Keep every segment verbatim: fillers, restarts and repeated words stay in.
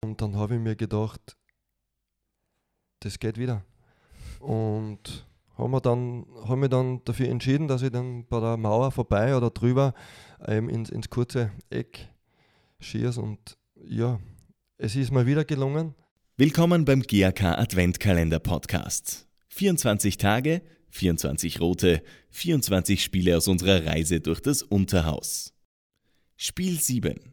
Und dann habe ich mir gedacht, das geht wieder. Und haben wir dann, haben wir dann dafür entschieden, dass ich dann bei der Mauer vorbei oder drüber ähm, ins, ins kurze Eck schieße. Und ja, es ist mal wieder gelungen. Willkommen beim G A K Adventkalender Podcast. vierundzwanzig Tage, vierundzwanzig rote, vierundzwanzig Spiele aus unserer Reise durch das Unterhaus. Spiel sieben.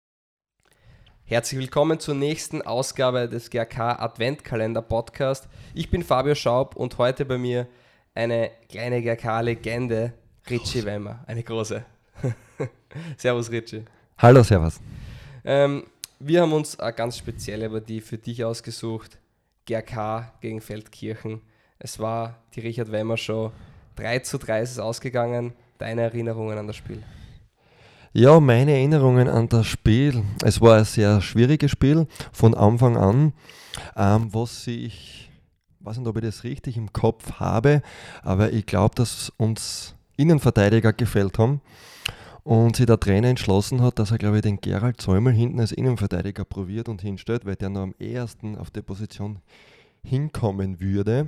Herzlich willkommen zur nächsten Ausgabe des G A K Adventkalender Podcast. Ich bin Fabio Schaub und heute bei mir eine kleine G A K-Legende, Richie Wemmer, eine große. Servus Richie. Hallo, servus. Ähm, wir haben uns eine ganz spezielle Partie für dich ausgesucht. G A K gegen Feldkirchen. Es war die Richard Wemmer Show. drei zu drei ist es ausgegangen. Deine Erinnerungen an das Spiel? Ja, meine Erinnerungen an das Spiel. Es war ein sehr schwieriges Spiel von Anfang an. Ähm, was ich, weiß nicht, ob ich das richtig im Kopf habe, aber ich glaube, dass uns Innenverteidiger gefällt haben und sich der Trainer entschlossen hat, dass er, glaube ich, den Gerald Säumel hinten als Innenverteidiger probiert und hinstellt, weil der noch am ehesten auf die Position hinkommen würde.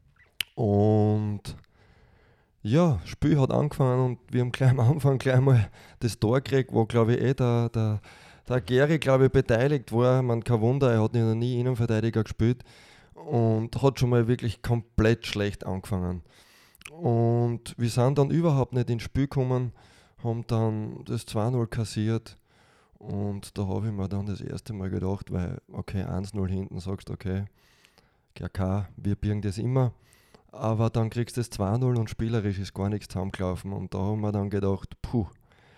Und ja, das Spiel hat angefangen und wir haben gleich am Anfang gleich mal das Tor gekriegt, wo, glaube ich, eh der, der, der Geri, glaube ich, beteiligt war. Man, kein Wunder, er hat noch nie Innenverteidiger gespielt und hat schon mal wirklich komplett schlecht angefangen. Und wir sind dann überhaupt nicht ins Spiel gekommen, haben dann das zwei null kassiert und da habe ich mir dann das erste Mal gedacht, weil, okay, eins null hinten, sagst du, okay, G A K, wir birgen das immer. Aber dann kriegst du das zwei null und spielerisch ist gar nichts zusammengelaufen. Und da haben wir dann gedacht, puh,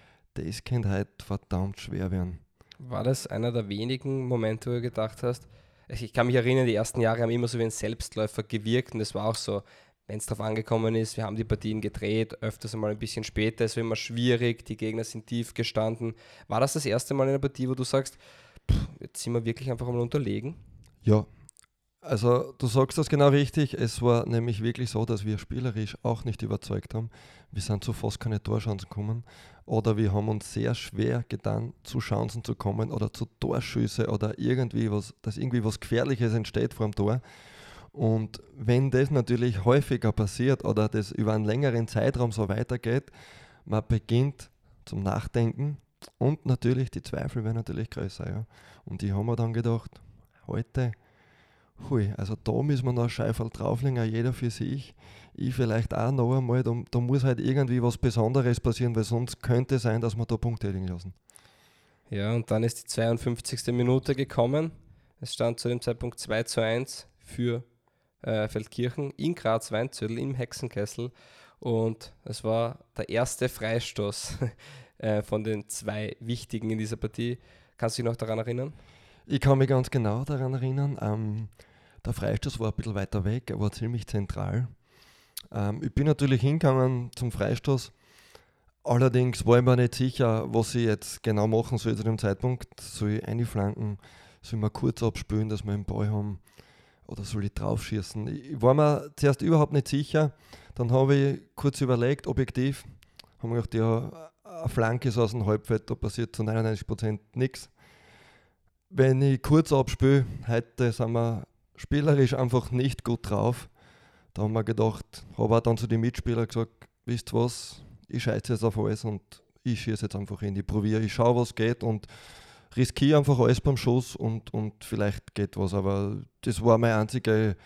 das könnte heute verdammt schwer werden. War das einer der wenigen Momente, wo du gedacht hast, ich kann mich erinnern, die ersten Jahre haben immer so wie ein Selbstläufer gewirkt und es war auch so, wenn es darauf angekommen ist, wir haben die Partien gedreht, öfters einmal ein bisschen später, es war immer schwierig, die Gegner sind tief gestanden. War das das erste Mal in einer Partie, wo du sagst, pff, jetzt sind wir wirklich einfach mal unterlegen? Ja. Also du sagst das genau richtig, es war nämlich wirklich so, dass wir spielerisch auch nicht überzeugt haben. Wir sind zu fast keine Torchancen gekommen oder wir haben uns sehr schwer getan, zu Chancen zu kommen oder zu Torschüsse oder irgendwie was, dass irgendwie was Gefährliches entsteht vor dem Tor. Und wenn das natürlich häufiger passiert oder das über einen längeren Zeitraum so weitergeht, man beginnt zum Nachdenken und natürlich die Zweifel werden natürlich größer. Ja. Und die haben wir dann gedacht, heute... Hui, also da müssen wir noch ein Scheifel drauflegen, jeder für sich. Ich vielleicht auch noch einmal, da, da muss halt irgendwie was Besonderes passieren, weil sonst könnte es sein, dass wir da Punkte liegen lassen. Ja, und dann ist die zweiundfünfzigste Minute gekommen. Es stand zu dem Zeitpunkt zwei zu eins für äh, Feldkirchen in Graz-Weinzödel im Hexenkessel. Und es war der erste Freistoß äh, von den zwei wichtigen in dieser Partie. Kannst du dich noch daran erinnern? Ich kann mich ganz genau daran erinnern, ähm, der Freistoß war ein bisschen weiter weg, er war ziemlich zentral. Ähm, ich bin natürlich hingegangen zum Freistoß, allerdings war ich mir nicht sicher, was ich jetzt genau machen soll zu dem Zeitpunkt. Soll ich einflanken, soll ich mir kurz abspülen, dass wir einen Ball haben oder soll ich draufschießen? Ich war mir zuerst überhaupt nicht sicher, dann habe ich kurz überlegt, objektiv, habe mir gedacht, ja, eine Flanke ist aus dem Halbfeld, da passiert zu neunundneunzig Prozent nichts. Wenn ich kurz abspiele, heute sind wir spielerisch einfach nicht gut drauf. Da haben wir gedacht, habe auch dann zu den Mitspielern gesagt, wisst ihr was, ich scheiße jetzt auf alles und ich schieße jetzt einfach hin. Ich probiere, ich schaue, was geht und riskiere einfach alles beim Schuss und, und vielleicht geht was. Aber das war meine einzige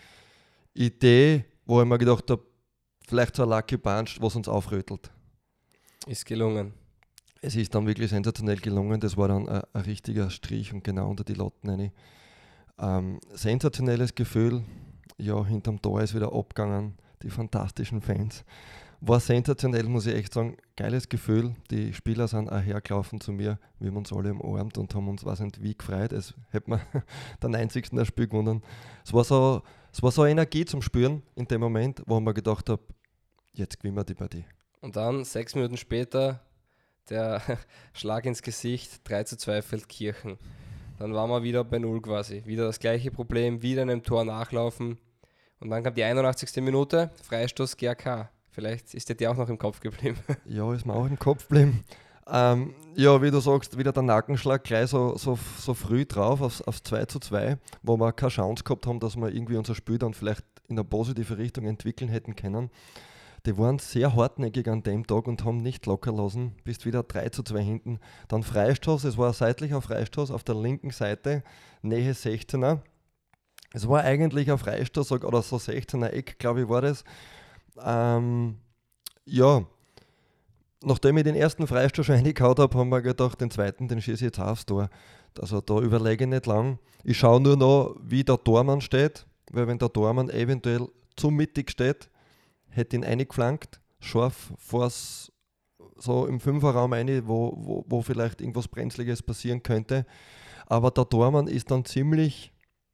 Idee, wo ich mir gedacht habe, vielleicht so ein Lucky Punch, was uns aufrötelt. Ist gelungen. Es ist dann wirklich sensationell gelungen. Das war dann ein, ein richtiger Strich und genau unter die Latten rein. Ähm, sensationelles Gefühl. Ja, hinterm Tor ist wieder abgegangen. Die fantastischen Fans. War sensationell, muss ich echt sagen. Geiles Gefühl. Die Spieler sind auch hergelaufen zu mir. Wir haben uns alle umarmt und haben uns, weiß nicht wie, gefreut. Es hätte man den einzigsten das Spiel gewonnen. Es war so, es war so Energie zum Spüren in dem Moment, wo man gedacht habe, jetzt gewinnen wir die Partie. Und dann, sechs Minuten später, der Schlag ins Gesicht, drei zu zwei Feldkirchen. Dann waren wir wieder bei Null quasi. Wieder das gleiche Problem, wieder einem Tor nachlaufen. Und dann kam die einundachtzigste Minute, Freistoß G A K. Vielleicht ist der dir auch noch im Kopf geblieben. Ja, ist mir auch im Kopf geblieben. Ähm, ja, wie du sagst, wieder der Nackenschlag gleich so, so, so früh drauf aufs, aufs zwei zu zwei, wo wir keine Chance gehabt haben, dass wir irgendwie unser Spiel dann vielleicht in eine positive Richtung entwickeln hätten können. Die waren sehr hartnäckig an dem Tag und haben nicht locker lassen. Bist wieder drei zu zwei hinten. Dann Freistoß, es war ein seitlicher Freistoß auf der linken Seite, Nähe sechzehner. Es war eigentlich ein Freistoß oder so sechzehner Eck, glaube ich, war das. Ähm, ja, nachdem ich den ersten Freistoß schon reingehauen habe, haben wir gedacht, den zweiten, den schieße ich jetzt aufs Tor. Also da überlege ich nicht lang. Ich schaue nur noch, wie der Tormann steht, weil wenn der Tormann eventuell zu mittig steht, hätte ihn eingeflankt, scharf vors, so im Fünferraum rein, wo, wo, wo vielleicht irgendwas Brenzliges passieren könnte. Aber der Tormann ist dann ziemlich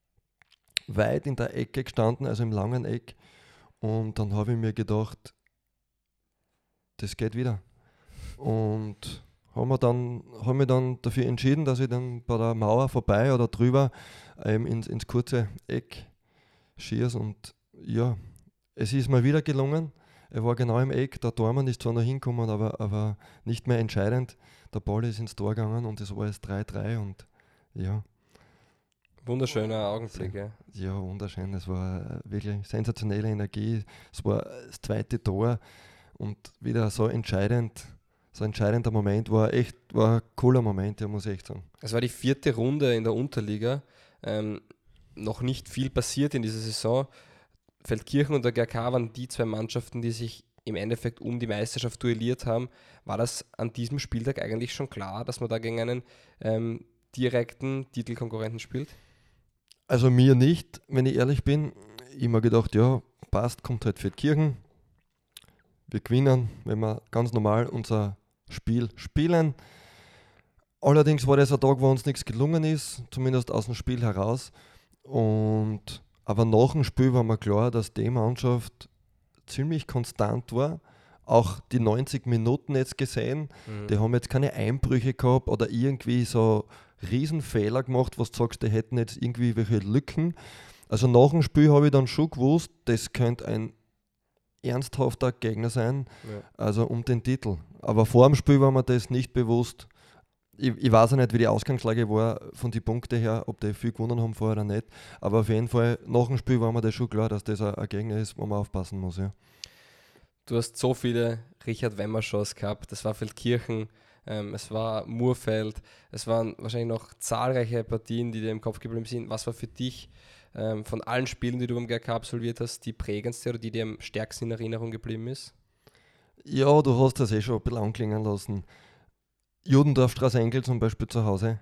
weit in der Ecke gestanden, also im langen Eck. Und dann habe ich mir gedacht, das geht wieder. Und haben wir dann, haben wir dann dafür entschieden, dass ich dann bei der Mauer vorbei oder drüber ähm, ins, ins kurze Eck schieße. Und ja, es ist mal wieder gelungen. Er war genau im Eck. Der Tormann ist zwar noch hingekommen, aber, aber nicht mehr entscheidend. Der Ball ist ins Tor gegangen und es war jetzt drei drei. Und ja. Wunderschöner Augenblick, ja. Ja, wunderschön. Es war wirklich sensationelle Energie. Es war das zweite Tor und wieder so entscheidend. So ein entscheidender Moment, war echt war ein cooler Moment, ja, muss ich echt sagen. Es war die vierte Runde in der Unterliga. Ähm, noch nicht viel passiert in dieser Saison. Feldkirchen und der G A K waren die zwei Mannschaften, die sich im Endeffekt um die Meisterschaft duelliert haben. War das an diesem Spieltag eigentlich schon klar, dass man da gegen einen ähm, direkten Titelkonkurrenten spielt? Also mir nicht, wenn ich ehrlich bin. Ich habe mir gedacht, ja, passt, kommt halt Feldkirchen. Wir gewinnen, wenn wir ganz normal unser Spiel spielen. Allerdings war das ein Tag, wo uns nichts gelungen ist, zumindest aus dem Spiel heraus. Und, aber nach dem Spiel war mir klar, dass die Mannschaft ziemlich konstant war. Auch die neunzig Minuten jetzt gesehen, mhm. die haben jetzt keine Einbrüche gehabt oder irgendwie so Riesenfehler gemacht, was du sagst, die hätten jetzt irgendwie welche Lücken. Also nach dem Spiel habe ich dann schon gewusst, das könnte ein ernsthafter Gegner sein, ja. Also um den Titel. Aber vor dem Spiel war mir das nicht bewusst. Ich, ich weiß ja nicht, wie die Ausgangslage war von den Punkten her, ob die viel gewonnen haben vorher oder nicht. Aber auf jeden Fall, nach dem Spiel war mir das schon klar, dass das ein, ein Gegner ist, wo man aufpassen muss. Ja. Du hast so viele Richard-Wemmer-Shows gehabt. Das war Feldkirchen, ähm, es war Murfeld, es waren wahrscheinlich noch zahlreiche Partien, die dir im Kopf geblieben sind. Was war für dich ähm, von allen Spielen, die du beim G A K absolviert hast, die prägendste oder die dir am stärksten in Erinnerung geblieben ist? Ja, du hast das eh schon ein bisschen anklingen lassen. Judendorf Straße-Enkel zum Beispiel zu Hause.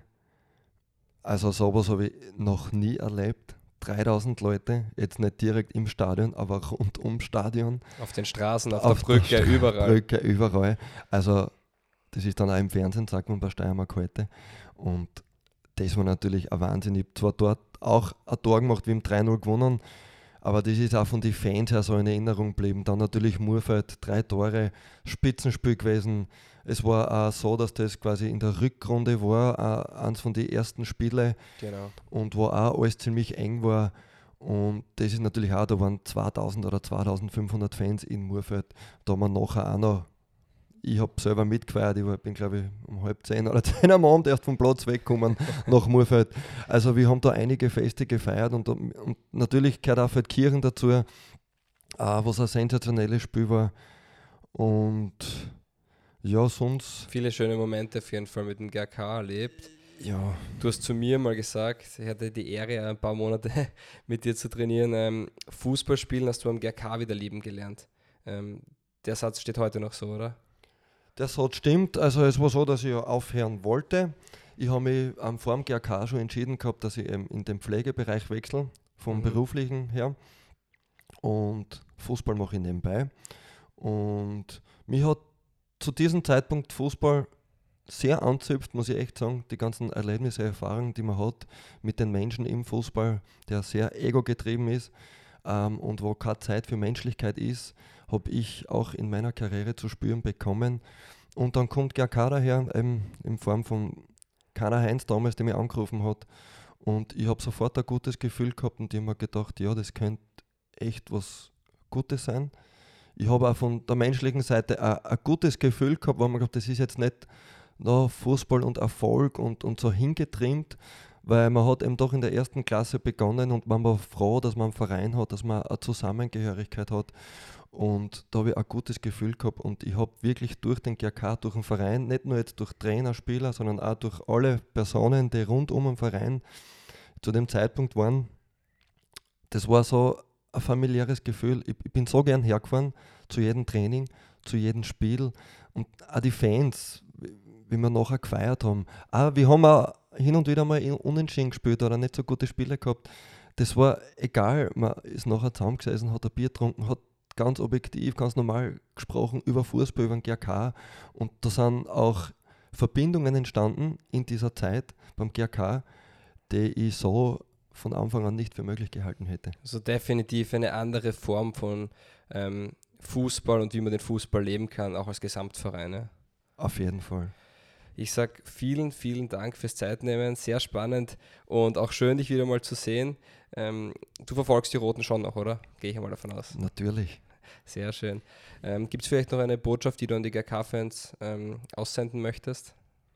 Also sowas habe ich noch nie erlebt. dreitausend Leute, jetzt nicht direkt im Stadion, aber rund ums Stadion. Auf den Straßen, auf, auf der Brücke, der überall. Brücke, überall. Also das ist dann auch im Fernsehen, sagt man bei Steiermark heute. Und das war natürlich ein Wahnsinn. Ich habe zwar dort auch ein Tor gemacht, wir haben drei null gewonnen, aber das ist auch von den Fans her so in Erinnerung geblieben. Dann natürlich Murfeld, drei Tore, Spitzenspiel gewesen. Es war auch so, dass das quasi in der Rückrunde war, auch eins von den ersten Spielen. Genau. Und wo auch alles ziemlich eng war. Und das ist natürlich auch, da waren zweitausend oder zweitausendfünfhundert Fans in Murfeld. Da haben wir nachher auch noch, ich habe selber mitgefeiert, ich bin glaube ich um halb zehn oder zehn am Abend erst vom Platz weggekommen nach Murfeld. Also wir haben da einige Feste gefeiert und, und natürlich gehört auch Feldkirchen dazu, äh, was ein sensationelles Spiel war. Und ja, sonst... Viele schöne Momente auf jeden Fall mit dem G A K erlebt. Ja. Du hast zu mir mal gesagt, ich hatte die Ehre, ein paar Monate mit dir zu trainieren. Ähm, Fußball spielen hast du am G A K wieder lieben gelernt. Ähm, der Satz steht heute noch so, oder? Der Satz stimmt. Also es war so, dass ich ja aufhören wollte. Ich habe mich ähm, vor dem G A K schon entschieden gehabt, dass ich ähm, in den Pflegebereich wechsle, vom mhm. beruflichen her. Und Fußball mache ich nebenbei. Und mich hat zu diesem Zeitpunkt Fußball sehr anzipft, muss ich echt sagen. Die ganzen Erlebnisse, Erfahrungen, die man hat mit den Menschen im Fußball, der sehr ego-getrieben ist ähm, und wo keine Zeit für Menschlichkeit ist, habe ich auch in meiner Karriere zu spüren bekommen. Und dann kommt G A K daher, eben in Form von Karl-Heinz damals, der mich angerufen hat. Und ich habe sofort ein gutes Gefühl gehabt und ich habe mir gedacht, ja, das könnte echt was Gutes sein. Ich habe auch von der menschlichen Seite ein, ein gutes Gefühl gehabt, weil man glaubt, das ist jetzt nicht noch Fußball und Erfolg und, und so hingetrimmt, weil man hat eben doch in der ersten Klasse begonnen und man war froh, dass man einen Verein hat, dass man eine Zusammengehörigkeit hat. Und da habe ich ein gutes Gefühl gehabt und ich habe wirklich durch den G A K, durch den Verein, nicht nur jetzt durch Trainer, Spieler, sondern auch durch alle Personen, die rund um den Verein zu dem Zeitpunkt waren, das war so ein familiäres Gefühl. Ich, ich bin so gern hergefahren zu jedem Training, zu jedem Spiel und auch die Fans, wie wir nachher gefeiert haben. Auch wir haben auch hin und wieder mal unentschieden gespielt oder nicht so gute Spiele gehabt. Das war egal, man ist nachher zusammengesessen, hat ein Bier getrunken, hat ganz objektiv, ganz normal gesprochen über Fußball, über den G A K und da sind auch Verbindungen entstanden in dieser Zeit beim G A K, die ich so von Anfang an nicht für möglich gehalten hätte. Also definitiv eine andere Form von ähm, Fußball und wie man den Fußball leben kann, auch als Gesamtverein. Ja? Auf jeden Fall. Ich sage vielen, vielen Dank fürs Zeitnehmen, sehr spannend und auch schön, dich wieder mal zu sehen. Ähm, du verfolgst die Roten schon noch, oder? Gehe ich mal davon aus. Natürlich. Sehr schön. Ähm, Gibt es vielleicht noch eine Botschaft, die du an die G A K-Fans ähm, aussenden möchtest?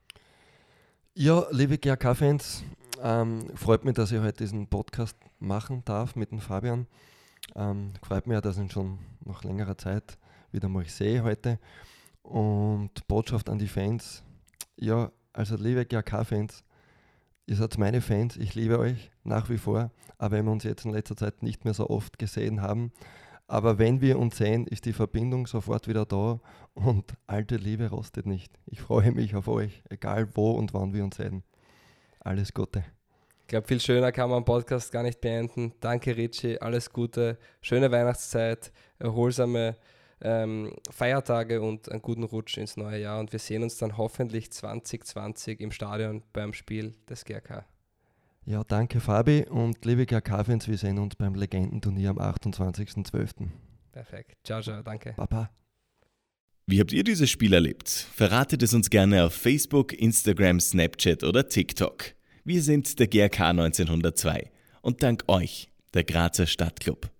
Ja, liebe G A K-Fans, ähm, freut mich, dass ich heute diesen Podcast machen darf mit dem Fabian. Ähm, freut mich auch, dass ich ihn schon nach längerer Zeit wieder mal sehe heute. Und Botschaft an die Fans, ja, also liebe G A K-Fans, ihr seid meine Fans, ich liebe euch nach wie vor, auch wenn wir uns jetzt in letzter Zeit nicht mehr so oft gesehen haben. Aber wenn wir uns sehen, ist die Verbindung sofort wieder da und alte Liebe rostet nicht. Ich freue mich auf euch, egal wo und wann wir uns sehen. Alles Gute. Ich glaube, viel schöner kann man einen Podcast gar nicht beenden. Danke, Richie, alles Gute, schöne Weihnachtszeit, erholsame ähm, Feiertage und einen guten Rutsch ins neue Jahr. Und wir sehen uns dann hoffentlich zwanzig zwanzig im Stadion beim Spiel des G A K. Ja, danke Fabi und liebe G A K-Fans, wir sehen uns beim Legendenturnier am achtundzwanzigsten zwölften Perfekt. Ciao, ciao, danke. Baba. Wie habt ihr dieses Spiel erlebt? Verratet es uns gerne auf Facebook, Instagram, Snapchat oder TikTok. Wir sind der G A K neunzehnhundertzwei und dank euch der Grazer Stadtclub.